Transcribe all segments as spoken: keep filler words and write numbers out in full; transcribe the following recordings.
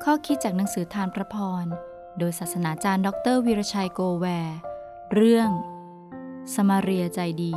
ข้อคิดจากหนังสือทานพระพรโดยศาสนาจารย์ดรวีรชัยโกแวร์เรื่องสมาเรียใจดี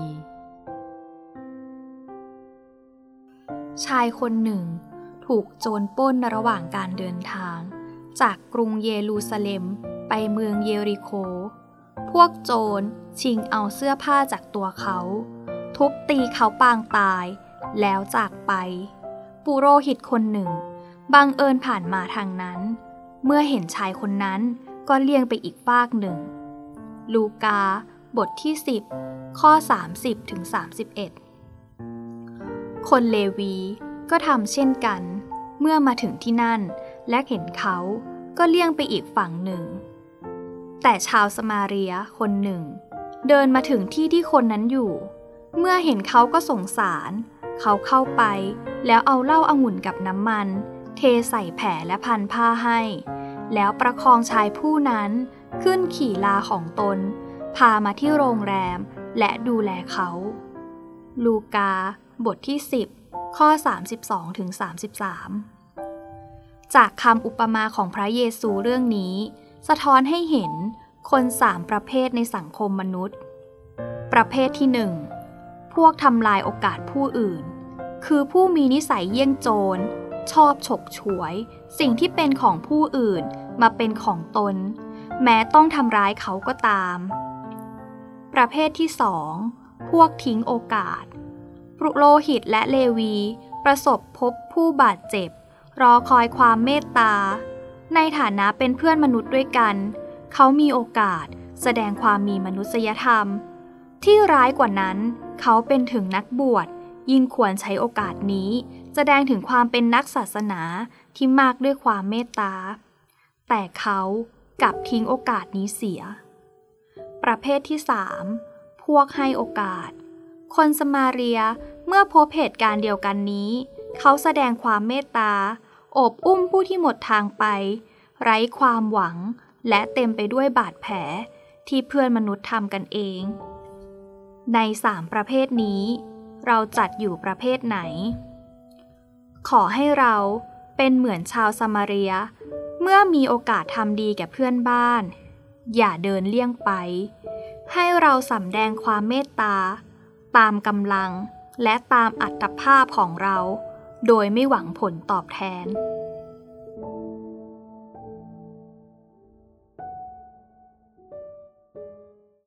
ชายคนหนึ่งถูกโจรปล้นระหว่างการเดินทางจากกรุงเยรูซาเล็มไปเมืองเยริโคพวกโจรชิงเอาเสื้อผ้าจากตัวเขาทุบตีเขาปางตายแล้วจากไปปุโรหิตคนหนึ่งบังเอิญผ่านมาทางนั้นเมื่อเห็นชายคนนั้นก็เลี่ยงไปอีกฟากหนึ่งลูกาบทที่สิบข้อสามสิบถึงสามสิบเอ็ดคนเลวีก็ทำเช่นกันเมื่อมาถึงที่นั่นและเห็นเขาก็เลี่ยงไปอีกฝั่งหนึ่งแต่ชาวสมาเรียคนหนึ่งเดินมาถึงที่ที่คนนั้นอยู่เมื่อเห็นเขาก็สงสารเขาเข้าไปแล้วเอาเหล้าองุ่นกับน้ำมันเทใส่แผลและพันผ้าให้แล้วประคองชายผู้นั้นขึ้นขี่ลาของตนพามาที่โรงแรมและดูแลเขาลูกาบทที่สิบข้อสามสิบสองถึงสามสิบสามจากคำอุปมาของพระเยซูเรื่องนี้สะท้อนให้เห็นคนสามประเภทในสังคมมนุษย์ประเภทที่หนึ่งพวกทำลายโอกาสผู้อื่นคือผู้มีนิสัยเยี่ยงโจรชอบฉกฉวยสิ่งที่เป็นของผู้อื่นมาเป็นของตนแม้ต้องทำร้ายเขาก็ตามประเภทที่สองพวกทิ้งโอกาสปุโรหิตและเลวีประสบพบผู้บาดเจ็บรอคอยความเมตตาในฐานะเป็นเพื่อนมนุษย์ด้วยกันเขามีโอกาสแสดงความมีมนุษยธรรมที่ร้ายกว่านั้นเขาเป็นถึงนักบวชยิ่งควรใช้โอกาสนี้แสดงถึงความเป็นนักศาสนาที่มากด้วยความเมตตาแต่เขากลับทิ้งโอกาสนี้เสียประเภทที่สามพวกให้โอกาสคนสมาเรียเมื่อพบเหตุการณ์เดียวกันนี้เขาแสดงความเมตตาโอบอุ้มผู้ที่หมดทางไปไร้ความหวังและเต็มไปด้วยบาดแผลที่เพื่อนมนุษย์ทำกันเองในสามประเภทนี้เราจัดอยู่ประเภทไหนขอให้เราเป็นเหมือนชาวสมาเรียเมื่อมีโอกาสทำดีแก่เพื่อนบ้านอย่าเดินเลี่ยงไปให้เราสำแดงความเมตตาตามกำลังและตามอัตภาพของเราโดยไม่หวังผลตอบแทน